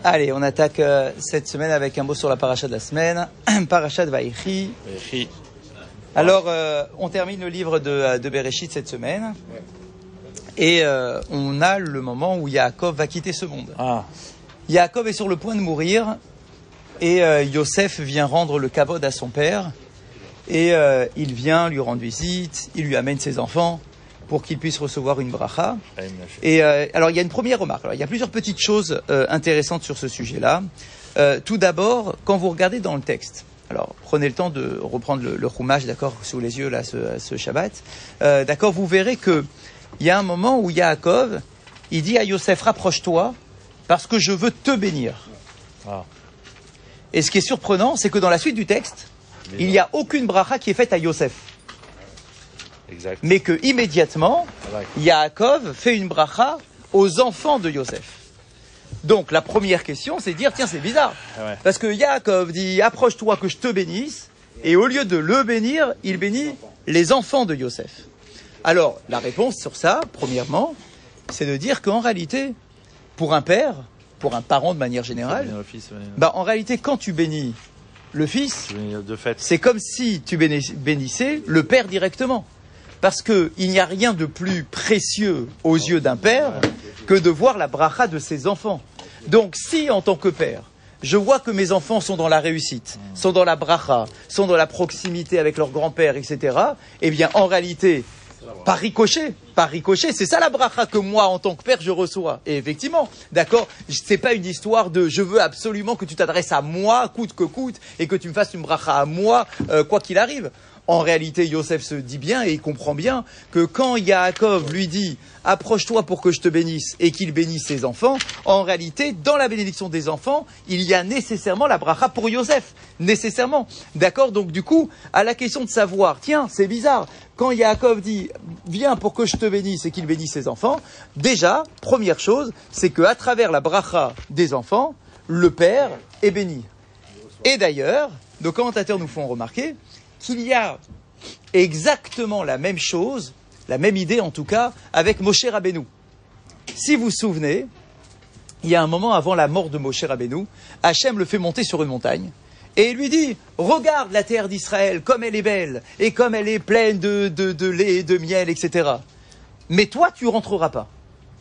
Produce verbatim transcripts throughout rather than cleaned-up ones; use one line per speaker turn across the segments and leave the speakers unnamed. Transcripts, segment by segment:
Allez, on attaque euh, cette semaine avec un mot sur la paracha de la semaine, paracha de Vaïchi. Alors, euh, on termine le livre de, de Bereshit cette semaine, et euh, on a le moment où Yaakov va quitter ce monde.
Ah.
Yaakov est sur le point de mourir, et euh, Yosef vient rendre le kavod à son père, et euh, il vient lui rendre visite, il lui amène ses enfants, pour qu'il puisse recevoir une bracha. Et euh, alors, il y a une première remarque. Alors, il y a plusieurs petites choses euh, intéressantes sur ce sujet-là. Euh, tout d'abord, quand vous regardez dans le texte, alors prenez le temps de reprendre le, le Chumash, d'accord, sous les yeux là, ce, ce Shabbat. Euh, d'accord, vous verrez que il y a un moment où Yaakov, il dit à Yosef, rapproche-toi, parce que je veux te bénir.
Ah. Et
ce qui est surprenant, c'est que dans la suite du texte, Mais il n'y a aucune bracha qui est faite à Yosef.
Exact.
Mais que immédiatement, Yaakov fait une bracha aux enfants de Yosef. Donc la première question, c'est de dire, tiens, c'est bizarre.
Ouais.
Parce que Yaakov dit, approche-toi que je te bénisse, et au lieu de le bénir, il bénit les enfants de Yosef. Alors, la réponse sur ça, premièrement, c'est de dire qu'en réalité, pour un père, pour un parent de manière générale,
fils,
bah, en réalité, quand tu bénis le fils,
de fait.
c'est comme si tu bénissais le père directement. Parce qu'il n'y a rien de plus précieux aux yeux d'un père que de voir la bracha de ses enfants. Donc si, en tant que père, je vois que mes enfants sont dans la réussite, sont dans la bracha, sont dans la proximité avec leur grand-père, et cetera, eh bien, en réalité, par ricochet, par ricochet, c'est ça la bracha que moi, en tant que père, je reçois. Et effectivement, d'accord, c'est pas une histoire de je veux absolument que tu t'adresses à moi, coûte que coûte, et que tu me fasses une bracha à moi, euh, quoi qu'il arrive. En réalité, Yosef se dit bien et il comprend bien que quand Yaakov lui dit « approche-toi pour que je te bénisse » et qu'il bénisse ses enfants, en réalité, dans la bénédiction des enfants, il y a nécessairement la bracha pour Yosef. Nécessairement. D'accord? Donc du coup, à la question de savoir, tiens, c'est bizarre, quand Yaakov dit « viens pour que je te bénisse » et qu'il bénisse ses enfants, déjà, première chose, c'est qu'à travers la bracha des enfants, le père est béni. Et d'ailleurs, nos commentateurs nous font remarquer qu'il y a exactement la même chose, la même idée en tout cas, avec Moshe Rabbeinu. Si vous vous souvenez, il y a un moment avant la mort de Moshe Rabbeinu, Hachem le fait monter sur une montagne, et il lui dit, regarde la terre d'Israël, comme elle est belle, et comme elle est pleine de, de, de lait, de miel, et cetera. Mais toi, tu rentreras pas.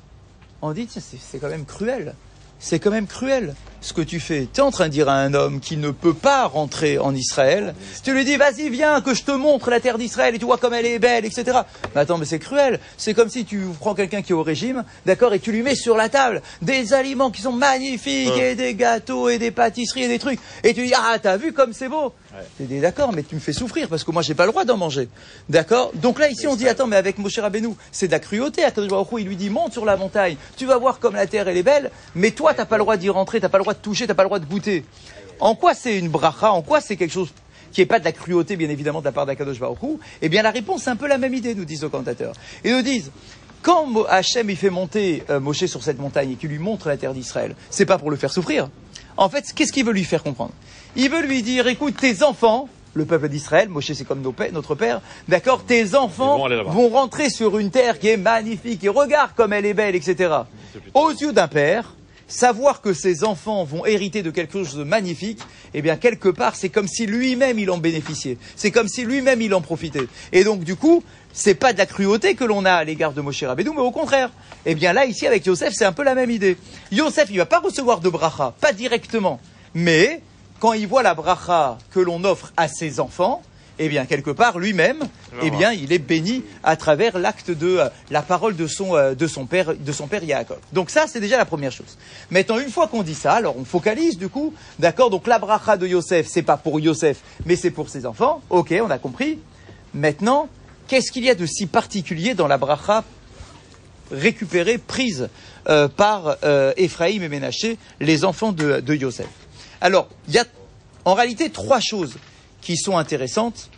On dit, tiens, c'est, c'est quand même cruel. C'est quand même cruel ce que tu fais. Tu es en train de dire à un homme qui ne peut pas rentrer en Israël, tu lui dis, vas-y, viens, que je te montre la terre d'Israël et tu vois comme elle est belle, et cetera. Mais attends, mais c'est cruel. C'est comme si tu prends quelqu'un qui est au régime, d'accord, et tu lui mets sur la table des aliments qui sont magnifiques, ouais. Et des gâteaux, et des pâtisseries, et des trucs. Et tu dis, ah, t'as vu comme c'est beau. Ouais. Tu dis, d'accord, mais tu me fais souffrir parce que moi, j'ai pas le droit d'en manger. D'accord? Donc là, ici, on dit, attends, mais avec Moshe Rabbeinu, c'est de la cruauté. Akadosh Baruch Hu, il lui dit, monte sur la montagne, tu vas voir comme la terre, elle est belle, mais toi, t'as pas le droit d'y rentrer, t'as pas le droit de toucher, t'as pas le droit de goûter. En quoi c'est une bracha? En quoi c'est quelque chose qui n'est pas de la cruauté, bien évidemment, de la part d'Akadosh Baruch Hu? Eh bien, la réponse, c'est un peu la même idée, nous disent nos commentateurs. Ils nous disent, quand Hachem, il fait monter euh, Moshe sur cette montagne et qu'il lui montre la terre d'Israël, c'est pas pour le faire souffrir. En fait, qu'est-ce qu'il veut lui faire comprendre? Il veut lui dire, écoute, tes enfants, le peuple d'Israël, Moshe c'est comme nos pères, notre père, d'accord, tes enfants vont, vont rentrer sur une terre qui est magnifique, et regarde comme elle est belle, et cetera. Aux yeux d'un père, savoir que ses enfants vont hériter de quelque chose de magnifique, eh bien, quelque part, c'est comme si lui-même il en bénéficiait. C'est comme si lui-même il en profitait. Et donc, du coup, c'est pas de la cruauté que l'on a à l'égard de Moshe Rabbeinu, mais au contraire. Eh bien, là, ici, avec Yosef, c'est un peu la même idée. Yosef, il va pas recevoir de bracha, pas directement. Mais, quand il voit la bracha que l'on offre à ses enfants, eh bien, quelque part, lui-même, eh bien, il est béni à travers l'acte de euh, la parole de son, euh, de son père, de son père Yaakov. Donc ça, c'est déjà la première chose. Maintenant, une fois qu'on dit ça, alors on focalise, du coup, d'accord, donc la bracha de Yosef, c'est pas pour Yosef, mais c'est pour ses enfants. Ok, on a compris. Maintenant, qu'est-ce qu'il y a de si particulier dans la bracha récupérée, prise euh, par euh, Ephraïm et Ménaché, les enfants de, de Yosef? Alors, il y a en réalité trois choses qui sont intéressantes,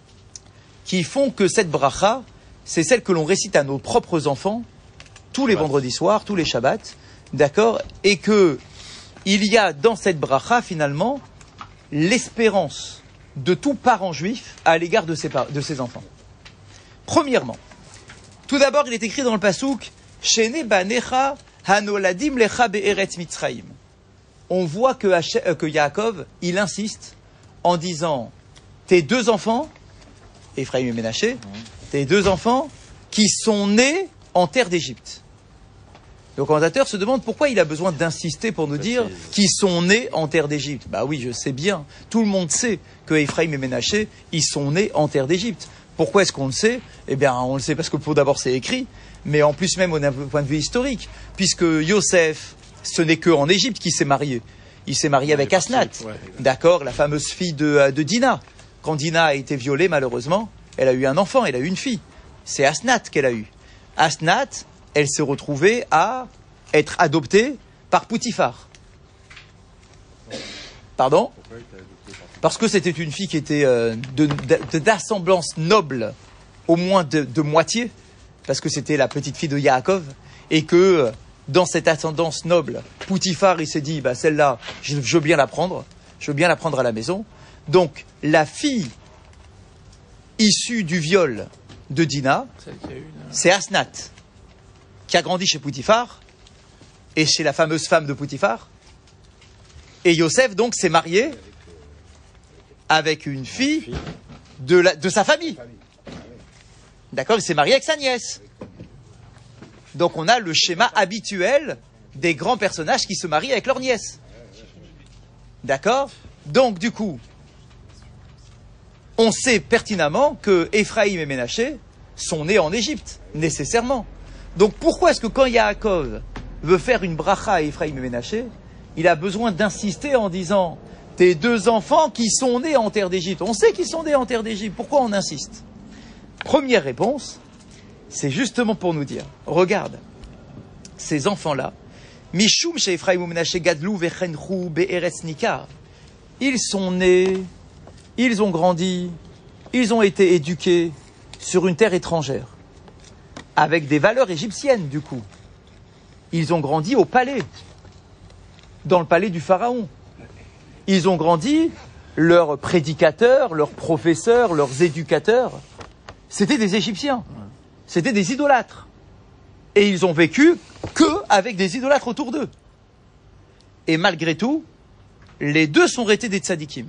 qui font que cette bracha, c'est celle que l'on récite à nos propres enfants, tous les vendredis soirs, tous les Shabbats, d'accord, et que il y a dans cette bracha, finalement, l'espérance de tout parent juif à l'égard de ses, de ses enfants. Premièrement, tout d'abord, il est écrit dans le pasouk, Shene banecha hanoladim lecha be'eretz Mitzrayim. on voit que, Hachem, euh, que Yaakov, il insiste en disant tes deux enfants, Ephraim et Ménaché, mmh. tes deux enfants qui sont nés en terre d'Égypte. Le commentateur se demande pourquoi il a besoin d'insister pour nous dire qu'ils sont nés en terre d'Égypte. Bah oui, je sais bien. Tout le monde sait que Ephraim et Ménaché, ils sont nés en terre d'Égypte. Pourquoi est-ce qu'on le sait? Eh bien, on le sait parce que pour d'abord c'est écrit, mais en plus même au point de vue historique, puisque Yosef, ce n'est qu'en Égypte qu'il s'est marié. Il s'est marié avec Asnath, d'accord, la fameuse fille de, de Dina. Quand Dina a été violée, malheureusement, elle a eu un enfant, elle a eu une fille. C'est Asnath qu'elle a eu. Asnath, elle s'est retrouvée à être adoptée par Poutifar. Pardon? Parce que c'était une fille qui était euh, de, de, d'assemblance noble, au moins de, de moitié, parce que c'était la petite fille de Yaakov, et que dans cette ascendance noble, Poutifar, il s'est dit, bah, celle-là, je, je veux bien la prendre, je veux bien la prendre à la maison. Donc, la fille issue du viol de Dina, c'est Asnath, qui a grandi chez Poutifar, et chez la fameuse femme de Poutifar. Et Yosef, donc, s'est marié avec une fille de, la, de sa famille. D'accord? Il s'est marié avec sa nièce. Donc, on a le schéma habituel des grands personnages qui se marient avec leur nièce. D'accord? Donc, du coup, on sait pertinemment que Ephraim et Ménaché sont nés en Égypte, nécessairement. Donc pourquoi est-ce que quand Yaakov veut faire une bracha à Ephraim et Ménaché, il a besoin d'insister en disant tes deux enfants qui sont nés en terre d'Égypte? On sait qu'ils sont nés en terre d'Égypte, pourquoi on insiste? Première réponse, c'est justement pour nous dire, regarde, ces enfants-là, Mishum chez Ephraim et Ménaché Gadlou Vechenchou Be'eretz Nikar, ils sont nés, ils ont grandi, ils ont été éduqués sur une terre étrangère, avec des valeurs égyptiennes du coup. Ils ont grandi au palais, dans le palais du pharaon. Ils ont grandi, leurs prédicateurs, leurs professeurs, leurs éducateurs, c'était des Égyptiens, c'était des idolâtres. Et ils ont vécu que avec des idolâtres autour d'eux. Et malgré tout, les deux sont restés des tzadikim.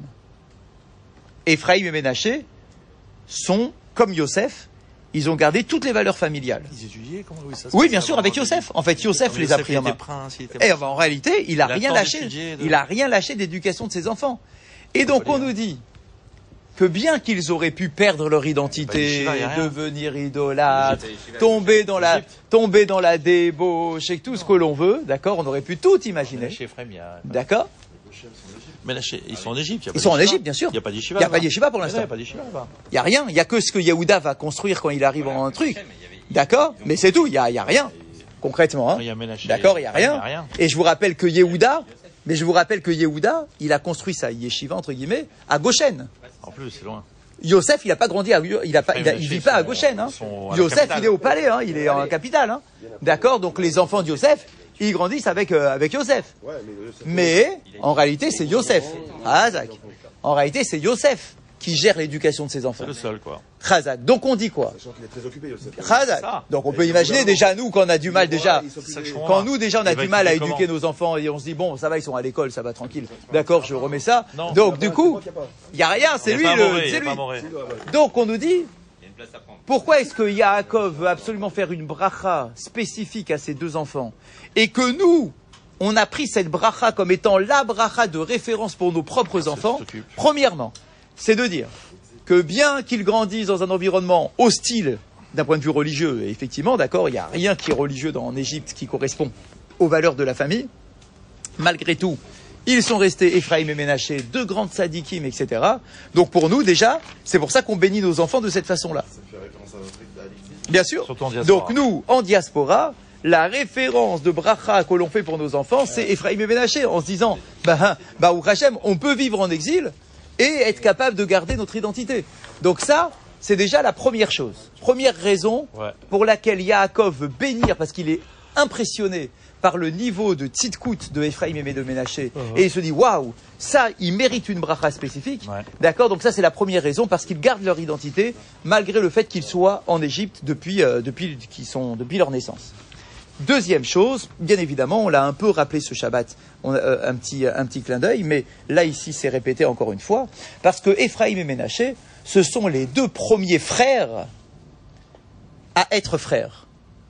Ephraim et Ménaché sont, comme Yosef, ils ont gardé toutes les valeurs familiales.
Ils étudiaient comment oui, ça,
oui, bien sûr, avec Yosef. En fait, Yosef les a pris en main. Et en réalité, il a rien lâché. De... Il a rien lâché d'éducation de ses enfants. Et donc, on nous dit que bien qu'ils auraient pu perdre leur identité, devenir idolâtres, tomber dans la, tomber dans la débauche et tout ce que l'on veut, d'accord, on aurait pu tout imaginer. D'accord?
Mais là, ils sont en Égypte.
Ils sont en Égypte, bien sûr.
Il n'y a pas d'yeshiva.
Il n'y a pas d'yeshiva pour l'instant.
Il n'y a pas d'yeshiva là-bas.
Il n'y a rien. Il n'y a que ce que Yehuda va construire quand il arrive en un truc. D'accord? Mais c'est tout. Il n'y a, a rien. Concrètement. Hein. D'accord? Il n'y a rien. Et je vous rappelle que Yehuda, mais je vous rappelle que Yehuda, il a construit sa yeshiva, entre guillemets, à Goshen.
En plus, c'est loin.
Yosef, il n'a pas grandi à, il a pas, il, a, il vit pas à Goshen, hein. Yosef, il est au palais, hein. Il est en capitale, hein. D'accord? Donc les enfants de Yosef, ils grandissent avec, euh, avec Yosef. Mais, en réalité, c'est Yosef. Hazak. En réalité, c'est Yosef qui gère l'éducation de ses enfants.
C'est le seul, quoi.
Hazak. Donc on dit quoi? Hazak. Donc on peut imaginer déjà nous quand on a du mal déjà, quand nous déjà on a du mal à éduquer nos enfants et on se dit bon ça va ils sont à l'école ça va tranquille. D'accord je remets ça. Donc du coup il y a rien c'est lui le c'est lui. Donc on nous dit pourquoi est-ce que Yaakov veut absolument faire une bracha spécifique à ses deux enfants et que nous on a pris cette bracha comme étant la bracha de référence pour nos propres enfants. Premièrement c'est de dire que bien qu'ils grandissent dans un environnement hostile d'un point de vue religieux, et effectivement, d'accord, il n'y a rien qui est religieux dans, en Égypte qui correspond aux valeurs de la famille, malgré tout, ils sont restés Ephraim et Ménaché, deux grandes sadikim, et cetera. Donc pour nous, déjà, c'est pour ça qu'on bénit nos enfants de cette façon-là. Bien sûr. Donc nous, en diaspora, la référence de bracha que l'on fait pour nos enfants, c'est Ephraim et Ménaché, en se disant, bah, bah, ou Hachem, on peut vivre en exil, et être capable de garder notre identité. Donc ça, c'est déjà la première chose. Première raison ouais. pour laquelle Yaakov veut bénir, parce qu'il est impressionné par le niveau de tzidkout de Ephraim et de Ménaché. Uh-huh. Et il se dit, waouh, ça, il mérite une bracha spécifique. Ouais. D'accord? Donc ça, c'est la première raison, parce qu'ils gardent leur identité, malgré le fait qu'ils soient en Égypte depuis, euh, depuis, qu'ils sont, depuis leur naissance. Deuxième chose, bien évidemment, on l'a un peu rappelé ce Shabbat, on a, euh, un petit, un petit clin d'œil, mais là ici c'est répété encore une fois, parce que Ephraïm et Ménaché, ce sont les deux premiers frères à être frères.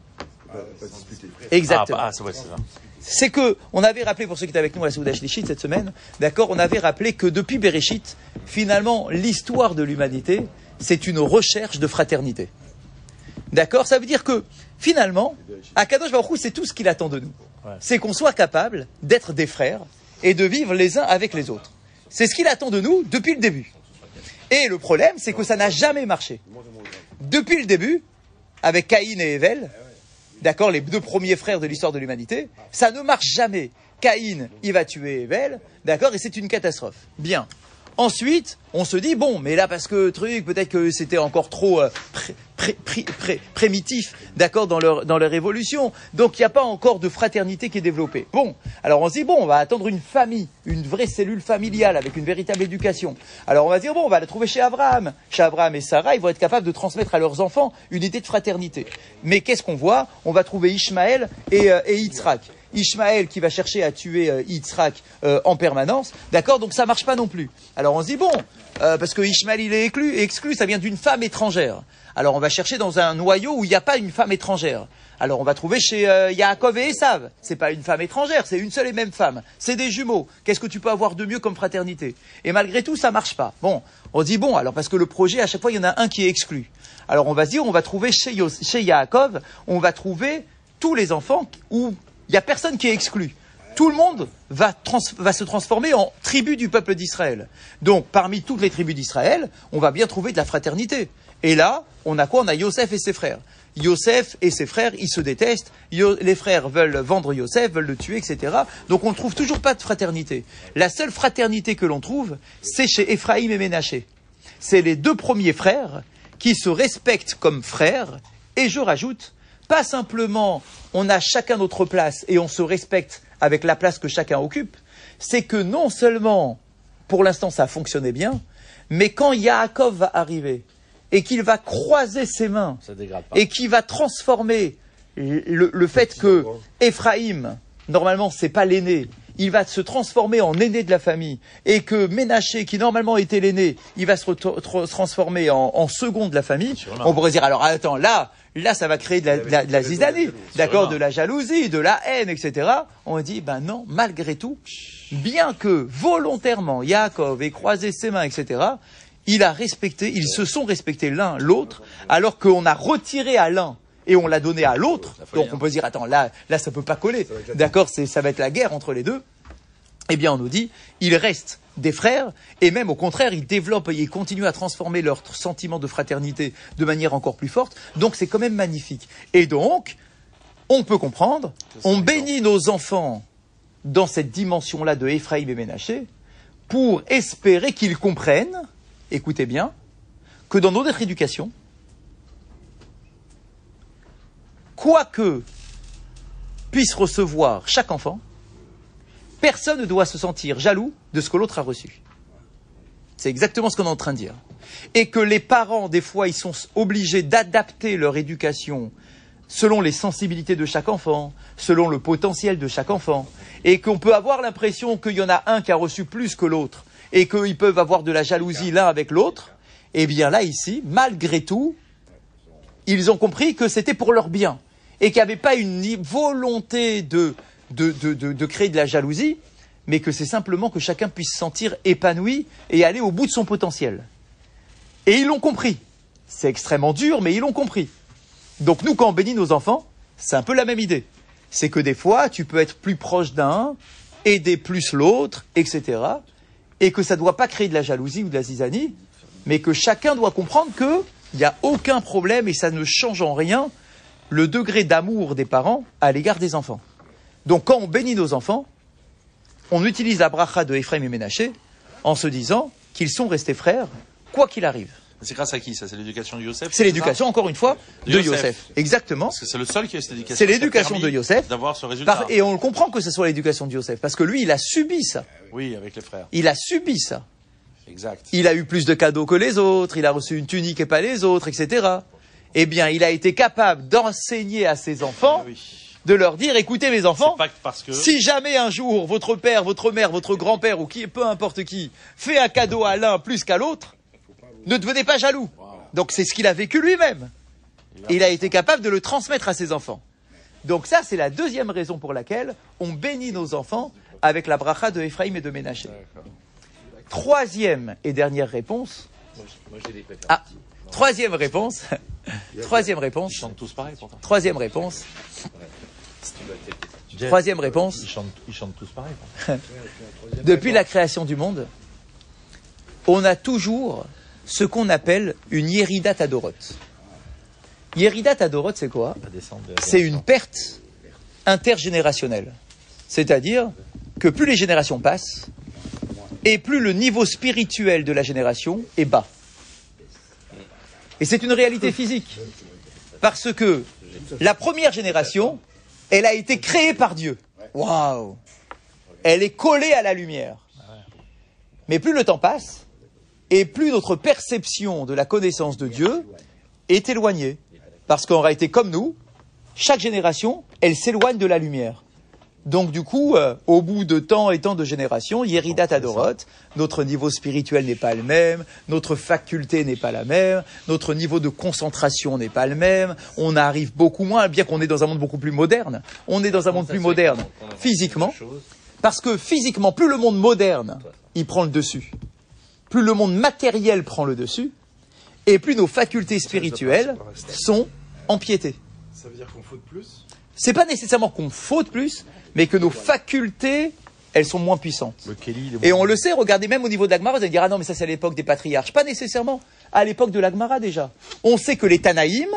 Exactement.
Ah, ah c'est vrai, c'est ça.
C'est que, on avait rappelé, pour ceux qui étaient avec nous à la Souda Shlichit cette semaine, d'accord, on avait rappelé que depuis Bereshit, finalement, l'histoire de l'humanité, c'est une recherche de fraternité. D'accord? Ça veut dire que, finalement, Akadosh Baruch Hu, c'est tout ce qu'il attend de nous.
Ouais.
C'est qu'on soit capable d'être des frères et de vivre les uns avec les autres. C'est ce qu'il attend de nous depuis le début. Et le problème, c'est que ça n'a jamais marché. Depuis le début, avec Caïn et Hével, d'accord, les deux premiers frères de l'histoire de l'humanité, ça ne marche jamais. Caïn, il va tuer Hével, d'accord, et c'est une catastrophe. Bien. Ensuite, on se dit, bon, mais là, parce que truc, peut-être que c'était encore trop euh, pré, pré, pré, pré, primitif, d'accord, dans leur, dans leur évolution. Donc, il n'y a pas encore de fraternité qui est développée. Bon, alors on se dit, bon, on va attendre une famille, une vraie cellule familiale avec une véritable éducation. Alors, on va dire, bon, on va la trouver chez Abraham. Chez Abraham et Sarah, ils vont être capables de transmettre à leurs enfants une idée de fraternité. Mais qu'est-ce qu'on voit? On va trouver Ishmaël et, euh, et Yitzhak. Ishmaël qui va chercher à tuer euh, Yitzhak euh, en permanence, d'accord, donc ça marche pas non plus. Alors on se dit bon, euh, parce que Ishmaël il est exclu, exclu, ça vient d'une femme étrangère. Alors on va chercher dans un noyau où il n'y a pas une femme étrangère. Alors on va trouver chez euh, Yaakov et Esav, c'est pas une femme étrangère, c'est une seule et même femme. C'est des jumeaux. Qu'est-ce que tu peux avoir de mieux comme fraternité? Et malgré tout, ça marche pas. Bon, on dit bon, alors parce que le projet, à chaque fois, il y en a un qui est exclu. Alors on va se dire, on va trouver chez, Yos, chez Yaakov, on va trouver tous les enfants où il n'y a personne qui est exclu. Tout le monde va, trans, va se transformer en tribu du peuple d'Israël. Donc, parmi toutes les tribus d'Israël, on va bien trouver de la fraternité. Et là, on a quoi? On a Yosef et ses frères. Yosef et ses frères, ils se détestent. Yo, les frères veulent vendre Yosef, veulent le tuer, et cetera. Donc, on ne trouve toujours pas de fraternité. La seule fraternité que l'on trouve, c'est chez Ephraïm et Ménaché. C'est les deux premiers frères qui se respectent comme frères. Et je rajoute, pas simplement on a chacun notre place et on se respecte avec la place que chacun occupe, c'est que non seulement, pour l'instant ça fonctionnait bien, mais quand Yaakov va arriver et qu'il va croiser ses mains et qu'il va transformer le, le fait que Ephraïm, normalement c'est pas l'aîné, il va se transformer en aîné de la famille, et que Ménaché, qui normalement était l'aîné, il va se re- transformer en, en second de la famille, on pourrait dire, alors attends, là, là ça va créer de la, de la, de la zizanie, d'accord, de la jalousie, de la haine, et cetera. On dit, ben non, malgré tout, bien que volontairement Yaakov ait croisé ses mains, et cetera, il a respecté, ils se sont respectés l'un l'autre, alors qu'on a retiré à l'un et on l'a donné à l'autre, donc on peut se dire, attends, là, là ça peut pas coller, d'accord, c'est, ça va être la guerre entre les deux. Eh bien, on nous dit, ils restent des frères, et même au contraire, ils développent et ils continuent à transformer leur sentiment de fraternité de manière encore plus forte, donc c'est quand même magnifique. Et donc, on peut comprendre, on bénit nos enfants dans cette dimension-là de Ephraïm et Ménaché, pour espérer qu'ils comprennent, écoutez bien, que dans notre éducation, quoi que puisse recevoir chaque enfant, personne ne doit se sentir jaloux de ce que l'autre a reçu. C'est exactement ce qu'on est en train de dire. Et que les parents, des fois, ils sont obligés d'adapter leur éducation selon les sensibilités de chaque enfant, selon le potentiel de chaque enfant, et qu'on peut avoir l'impression qu'il y en a un qui a reçu plus que l'autre, et qu'ils peuvent avoir de la jalousie l'un avec l'autre. Eh bien là, ici, malgré tout, ils ont compris que c'était pour leur bien. Et qu'il n'y avait pas une volonté de, de, de, de, de créer de la jalousie, mais que c'est simplement que chacun puisse se sentir épanoui et aller au bout de son potentiel. Et ils l'ont compris. C'est extrêmement dur, mais ils l'ont compris. Donc nous, quand on bénit nos enfants, c'est un peu la même idée. C'est que des fois, tu peux être plus proche d'un, aider plus l'autre, et cetera. Et que ça ne doit pas créer de la jalousie ou de la zizanie, mais que chacun doit comprendre qu'il n'y a aucun problème et ça ne change en rien le degré d'amour des parents à l'égard des enfants. Donc quand on bénit nos enfants, on utilise la bracha de Ephraïm et Ménaché en se disant qu'ils sont restés frères, quoi qu'il arrive.
C'est grâce à qui ça? C'est l'éducation de Yosef?
C'est l'éducation, encore une fois, de, de Yosef. Yosef. Exactement.
Parce que c'est le seul qui a cette éducation.
C'est l'éducation de Yosef.
D'avoir ce résultat.
Par, et on le comprend que ce soit l'éducation de Yosef, parce que lui, il a subi ça.
Oui, avec les frères.
Il a subi ça.
Exact.
Il a eu plus de cadeaux que les autres, il a reçu une tunique et pas les autres, et cetera. Eh bien, il a été capable d'enseigner à ses enfants
oui.
de leur dire, écoutez mes enfants,
C'est pas parce que...
si jamais un jour votre père, votre mère, votre grand-père ou qui, peu importe qui, fait un cadeau à l'un plus qu'à l'autre, ne devenez pas jaloux. Donc c'est ce qu'il a vécu lui-même. Et il a été capable de le transmettre à ses enfants. Donc ça, c'est la deuxième raison pour laquelle on bénit nos enfants avec la bracha de Ephraim et de Ménaché. Troisième et dernière réponse. Ah, troisième réponse. Troisième réponse.
Ils chantent tous pareil pourtant.
Troisième réponse. Troisième réponse.
Ils chantent, ils chantent tous pareil.
Depuis la création du monde, on a toujours ce qu'on appelle une Yeridat Adorot. Yeridat Adorot, c'est quoi? C'est une perte intergénérationnelle. C'est-à-dire que plus les générations passent, et plus le niveau spirituel de la génération est bas. Et c'est une réalité physique. Parce que la première génération, elle a été créée par Dieu. Waouh! Elle est collée à la lumière. Mais plus le temps passe, et plus notre perception de la connaissance de Dieu est éloignée. Parce qu'en réalité, comme nous, chaque génération, elle s'éloigne de la lumière. Donc du coup, euh, au bout de tant et tant de générations, Yeridat Adorot, notre niveau spirituel n'est pas le même, notre faculté n'est pas la même, notre niveau de concentration n'est pas le même, on arrive beaucoup moins, bien qu'on est dans un monde beaucoup plus moderne. On est dans un monde plus moderne physiquement, parce que physiquement, plus le monde moderne, il prend le dessus, plus le monde matériel prend le dessus, et plus nos facultés spirituelles sont empiétées.
Ça veut dire qu'on faute plus?
C'est pas nécessairement qu'on faute plus, mais que nos facultés, elles sont moins puissantes.
Le Kelly,
Et on le sait, regardez même au niveau de l'Agmara, vous allez dire, ah non, mais ça c'est à l'époque des patriarches. Pas nécessairement. À l'époque de l'Agmara déjà. On sait que les Tanaïm,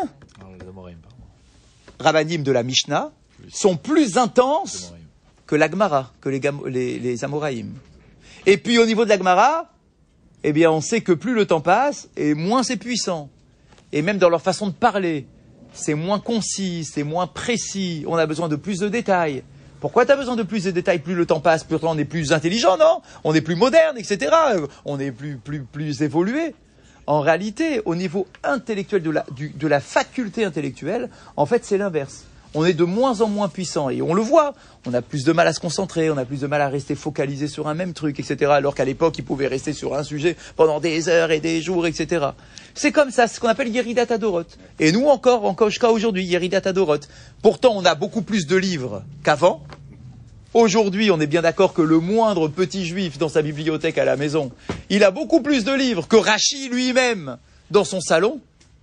Rabbanim de la Mishnah, sont plus intenses que l'Agmara, que les, Gam- les, les Amoraïm. Et puis au niveau de l'Agmara, eh bien on sait que plus le temps passe, et moins c'est puissant. Et même dans leur façon de parler, c'est moins concis, c'est moins précis, on a besoin de plus de détails. Pourquoi tu as besoin de plus de détails? Plus le temps passe, plus on est plus intelligent, non? On est plus moderne, et cetera. On est plus, plus, plus évolué. En réalité, au niveau intellectuel de la, du, de la faculté intellectuelle, en fait, c'est l'inverse. On est de moins en moins puissant et on le voit. On a plus de mal à se concentrer, on a plus de mal à rester focalisé sur un même truc, et cetera. Alors qu'à l'époque, ils pouvaient rester sur un sujet pendant des heures et des jours, et cetera. C'est comme ça, c'est ce qu'on appelle Yeridat Adorot. Et nous encore, encore jusqu'à aujourd'hui, Yeridat Adorot. Pourtant, on a beaucoup plus de livres qu'avant. Aujourd'hui, on est bien d'accord que le moindre petit juif dans sa bibliothèque à la maison, il a beaucoup plus de livres que Rachi lui-même dans son salon.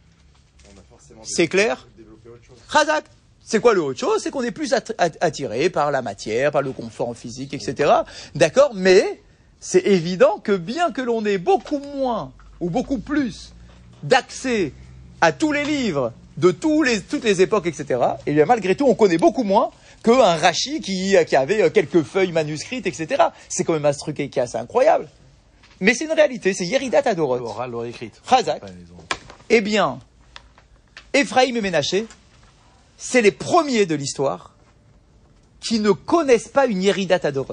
C'est clair? Chazak. C'est quoi le autre chose? C'est qu'on est plus attiré par la matière, par le confort physique, et cetera. D'accord? Mais c'est évident que bien que l'on ait beaucoup moins ou beaucoup plus d'accès à tous les livres de tous les, toutes les époques, et cetera, et bien malgré tout, on connaît beaucoup moins qu'un Rachi qui, qui avait quelques feuilles manuscrites, et cetera. C'est quand même un truc qui est assez incroyable. Mais c'est une réalité, c'est Yeridat Adorot.
L'oral, l'oral écrite.
Chazak. Eh bien, Ephraim et Ménaché, c'est les premiers de l'histoire qui ne connaissent pas une Yeridat Adorot.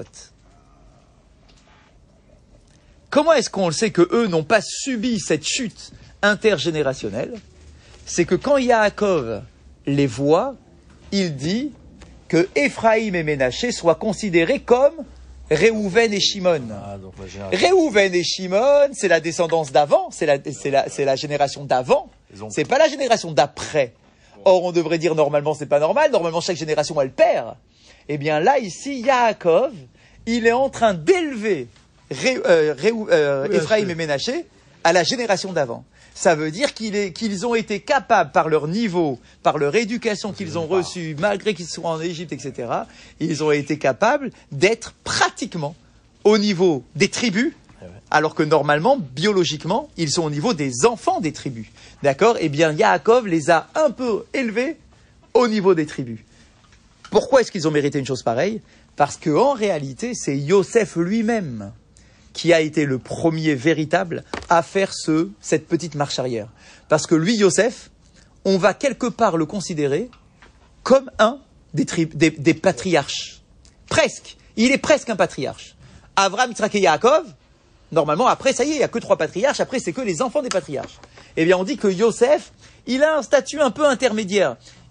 Comment est-ce qu'on le sait que eux n'ont pas subi cette chute intergénérationnelle? C'est que quand Yaakov les voit, il dit que Ephraim et Ménaché soient considérés comme Réhouven et Shimon.
Ah, donc la génération...
Réhouven et Shimon, c'est la descendance d'avant, c'est la, c'est la, c'est la génération d'avant, c'est pas la génération d'après. Or, on devrait dire normalement c'est pas normal, normalement chaque génération elle perd. Eh bien là, ici, Yaakov, il est en train d'élever Ré, euh, Ré, euh, Ephraim et Ménaché à la génération d'avant. Ça veut dire qu'il est, qu'ils ont été capables, par leur niveau, par leur éducation qu'ils ont reçue, malgré qu'ils soient en Égypte, et cetera, ils ont été capables d'être pratiquement au niveau des tribus, alors que normalement, biologiquement, ils sont au niveau des enfants des tribus. D'accord? Eh bien, Yaakov les a un peu élevés au niveau des tribus. Pourquoi est-ce qu'ils ont mérité une chose pareille? Parce qu'en réalité, c'est Yosef lui-même qui a été le premier véritable à faire ce, cette petite marche arrière. Parce que lui, Yosef, on va quelque part le considérer comme un des, tri- des, des patriarches. Presque. Il est presque un patriarche. Avraham, Yitzhak et Yaakov, normalement, après, ça y est, il n'y a que trois patriarches, après, c'est que les enfants des patriarches. Eh bien, on dit que Yosef, il a un statut un peu intermédiaire.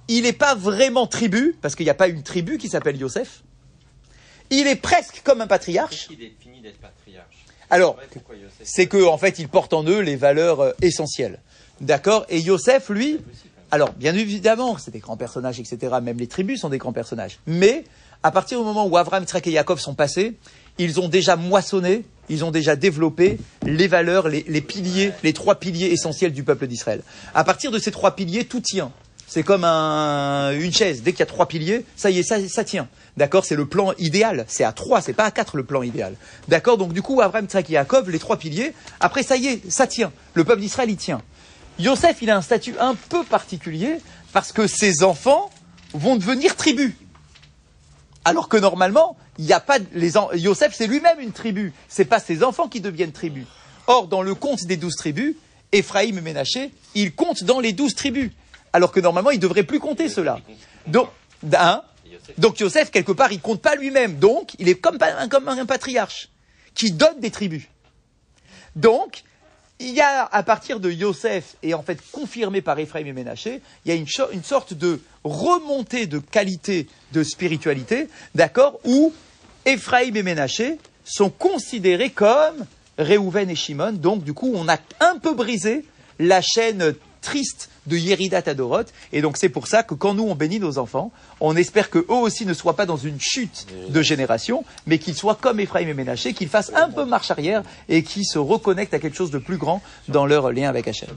il n'est pas vraiment tribu, parce qu'il n'y a pas une tribu qui s'appelle Yosef. Il est presque comme un patriarche.
Qu'est-ce qu'il définit d'être patriarche?
Alors,
Ouais, pourquoi Yosef?
c'est que en fait, il porte en eux les valeurs euh, essentielles. D'accord? Et Yosef, lui, alors, bien évidemment, c'est des grands personnages, et cetera. Même les tribus sont des grands personnages. Mais, à partir du moment où Abraham, Yitzhak et Yaakov sont passés, ils ont déjà moissonné, ils ont déjà développé les valeurs, les, les piliers, les trois piliers essentiels du peuple d'Israël. À partir de ces trois piliers, tout tient. C'est comme un, une chaise. Dès qu'il y a trois piliers, ça y est, ça, ça tient. D'accord? C'est le plan idéal. C'est à trois, c'est pas à quatre le plan idéal. D'accord? Donc, du coup, Abraham, Yitzhak et Yaakov, les trois piliers, après, ça y est, ça tient. Le peuple d'Israël, il tient. Yosef, il a un statut un peu particulier parce que ses enfants vont devenir tribus. Alors que normalement, il n'y a pas de, les en, Yosef, c'est lui-même une tribu. C'est pas ses enfants qui deviennent tribus. Or, dans le compte des douze tribus, Éphraïm et Ménaché, ils comptent dans les douze tribus. Alors que normalement, ils ne devraient plus compter cela. Donc, hein, donc Yosef, quelque part, il ne compte pas lui-même. Donc, il est comme, comme un patriarche qui donne des tribus. Donc, il y a, à partir de Yosef, et en fait confirmé par Éphraïm et Ménaché, il y a une, une sorte de remontée de qualité de spiritualité, d'accord, où Éphraïm et Ménaché sont considérés comme Réhouven et Shimon. Donc, du coup, on a un peu brisé la chaîne triste de Yeridat Adorot. Et donc, c'est pour ça que quand nous, on bénit nos enfants, on espère qu'eux aussi ne soient pas dans une chute de génération, mais qu'ils soient comme Éphraïm et Ménaché, qu'ils fassent un peu marche arrière et qu'ils se reconnectent à quelque chose de plus grand dans leur lien avec Hachem.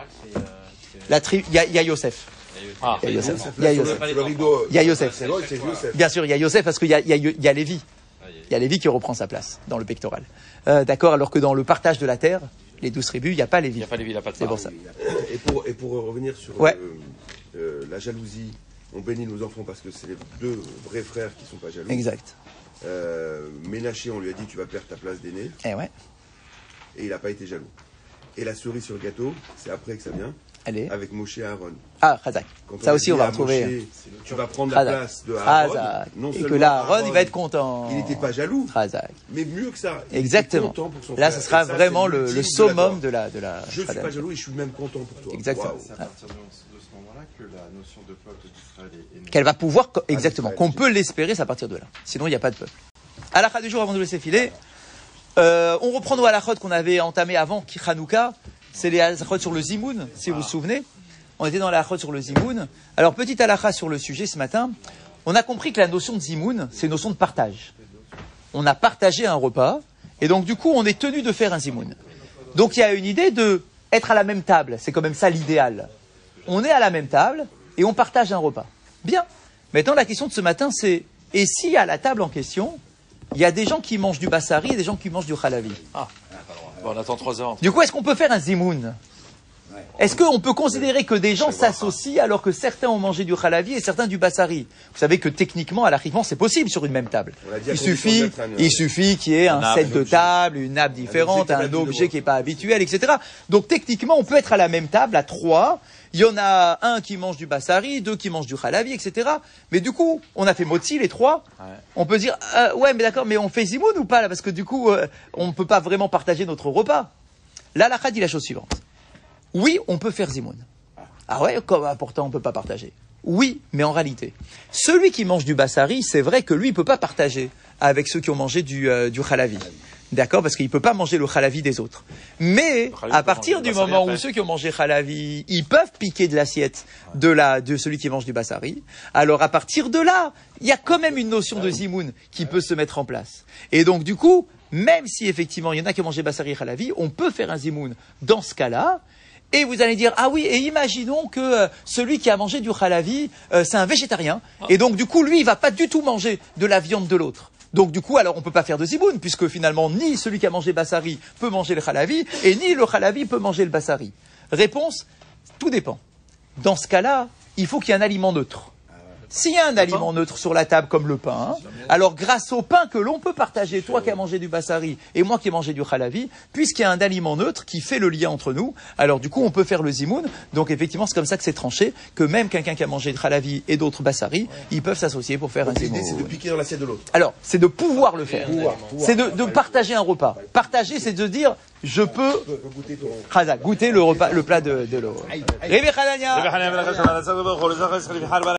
La tri... Il y a, il y a Yosef.
Ah,
Il y a Yosef.
Yosef,
Il y a
là, sur
Yosef.
le- sur le rideau,
Il y a Yosef.
c'est vrai, c'est Yosef.
Bien sûr, il y a Yosef parce qu'il y a, il y a, il y a Lévi. Il y a Lévi qui reprend sa place dans le pectoral. Euh, d'accord, alors que dans le partage de la terre, les douze tribus, il n'y a pas Lévi.
il n'y a pas Lévi, il n'a pas de
C'est
part.
pour ça.
Et pour, et pour revenir sur
Ouais.
euh, euh, la jalousie, on bénit nos enfants parce que c'est les deux vrais frères qui ne sont pas jaloux.
Exact.
Euh, Ménaché, on lui a dit tu vas perdre ta place d'aîné,
Eh ouais,
et il n'a pas été jaloux. Et la cerise sur le gâteau, c'est après que ça vient,
allez.
avec Moshe et Aaron.
Ah, Chazak.
Quand
Ça
a
aussi,
dit
on va
à
retrouver.
Moshe, tu vas prendre la
Chazak.
place de Aaron.
Chazak.
Non
Et
seulement
que là, Aaron,
Aaron,
il va être content.
Il n'était pas jaloux,
Chazak.
mais mieux que ça. il était
Exactement.
content pour son
Là,
frère.
ce sera
Et ça,
vraiment
c'est
le,
l'ultime
le
de
summum
l'accord.
de la, de la.
Je ne suis pas jaloux et je suis même content pour toi.
Exactement.
Waouh.
C'est à partir de, de ce moment-là que la notion de peuple d'Israël est, est née.
Qu'elle va pouvoir, co- exactement,
Israël,
qu'on
j'ai-
peut l'espérer, c'est à partir de là. Sinon, il n'y a pas de peuple. Halakha du jour avant de laisser filer. Euh, on reprend nos halakhot qu'on avait entamés avant Hanouka. C'est les halakhot sur le Zimoun, si vous vous souvenez. On était dans la halakhot sur le Zimoun. Alors, petite halakha sur le sujet ce matin. On a compris que la notion de Zimoun, c'est une notion de partage. On a partagé un repas, et donc du coup, on est tenu de faire un Zimoun. Donc, il y a une idée de être à la même table. C'est quand même ça l'idéal. On est à la même table, et on partage un repas. Bien. Maintenant, la question de ce matin, c'est, et si à la table en question, il y a des gens qui mangent du bassari et des gens qui mangent du halavi.
Bon, on attend trois heures.
Du coup, est-ce qu'on peut faire un zimoun? Est-ce qu'on peut considérer que des gens s'associent alors que certains ont mangé du halavi et certains du bassari? Vous savez que techniquement, à l'arrivement, c'est possible sur une même table.
On l'a dit à
Il
condition
suffit,
d'être un-
il suffit qu'il y ait un
nappe,
set
un
de
objet.
table, une nappe différente,
qui est pas
un
habituel de
objet
voir.
qui n'est pas habituel, et cetera. Donc techniquement, on peut être à la même table, à trois. Il y en a un qui mange du bassari, deux qui mangent du halavi, et cetera. Mais du coup, on a fait motzi, les trois.
Ouais.
On peut dire, euh, ouais, mais d'accord, mais on fait zimoun ou pas là? Parce que du coup, euh, on ne peut pas vraiment partager notre repas. Là, la dit la chose suivante. Oui, on peut faire zimoun. Ah ouais, comme, ah, pourtant on ne peut pas partager. Oui, mais en réalité, celui qui mange du bassari, c'est vrai que lui, il ne peut pas partager avec ceux qui ont mangé du, euh, du halavi. D'accord? Parce qu'il ne peut pas manger le halavi des autres. Mais,
Le halavi
à
peut
partir
manger
du
du bassari
moment où
après.
ceux qui ont mangé halavi, ils peuvent piquer de l'assiette de, la, de celui qui mange du bassari, alors à partir de là, il y a quand même une notion de zimoun qui peut se mettre en place. Et donc, du coup, même si effectivement il y en a qui ont mangé bassari et halavi, on peut faire un zimoun dans ce cas-là. Et vous allez dire, ah oui, et imaginons que euh, celui qui a mangé du halavi, euh, c'est un végétarien. Et donc, du coup, lui, il va pas du tout manger de la viande de l'autre. Donc, du coup, alors, on peut pas faire de ziboun, puisque finalement, ni celui qui a mangé bassari peut manger le halavi, et ni le halavi peut manger le bassari. Réponse, tout dépend. Dans ce cas-là, il faut qu'il y ait un aliment neutre. S'il y a un aliment neutre sur la table comme le pain, alors grâce au pain que l'on peut partager, toi qui as mangé du bassari et moi qui ai mangé du khalavi, puisqu'il y a un aliment neutre qui fait le lien entre nous, alors du coup on peut faire le zimoun. Donc effectivement c'est comme ça que c'est tranché, que même quelqu'un qui a mangé de khalavi et d'autres bassari, ils peuvent s'associer pour faire
Donc
un
l'idée,
zimoun.
c'est de piquer dans l'assiette de l'autre.
Alors c'est de pouvoir le faire,
Pouvoir, pouvoir.
c'est de, de partager un repas. Partager c'est de dire je peux
Tu peux goûter ton...
Khazak, goûter le repas, le plat de, de l'eau. Réveille Khadania.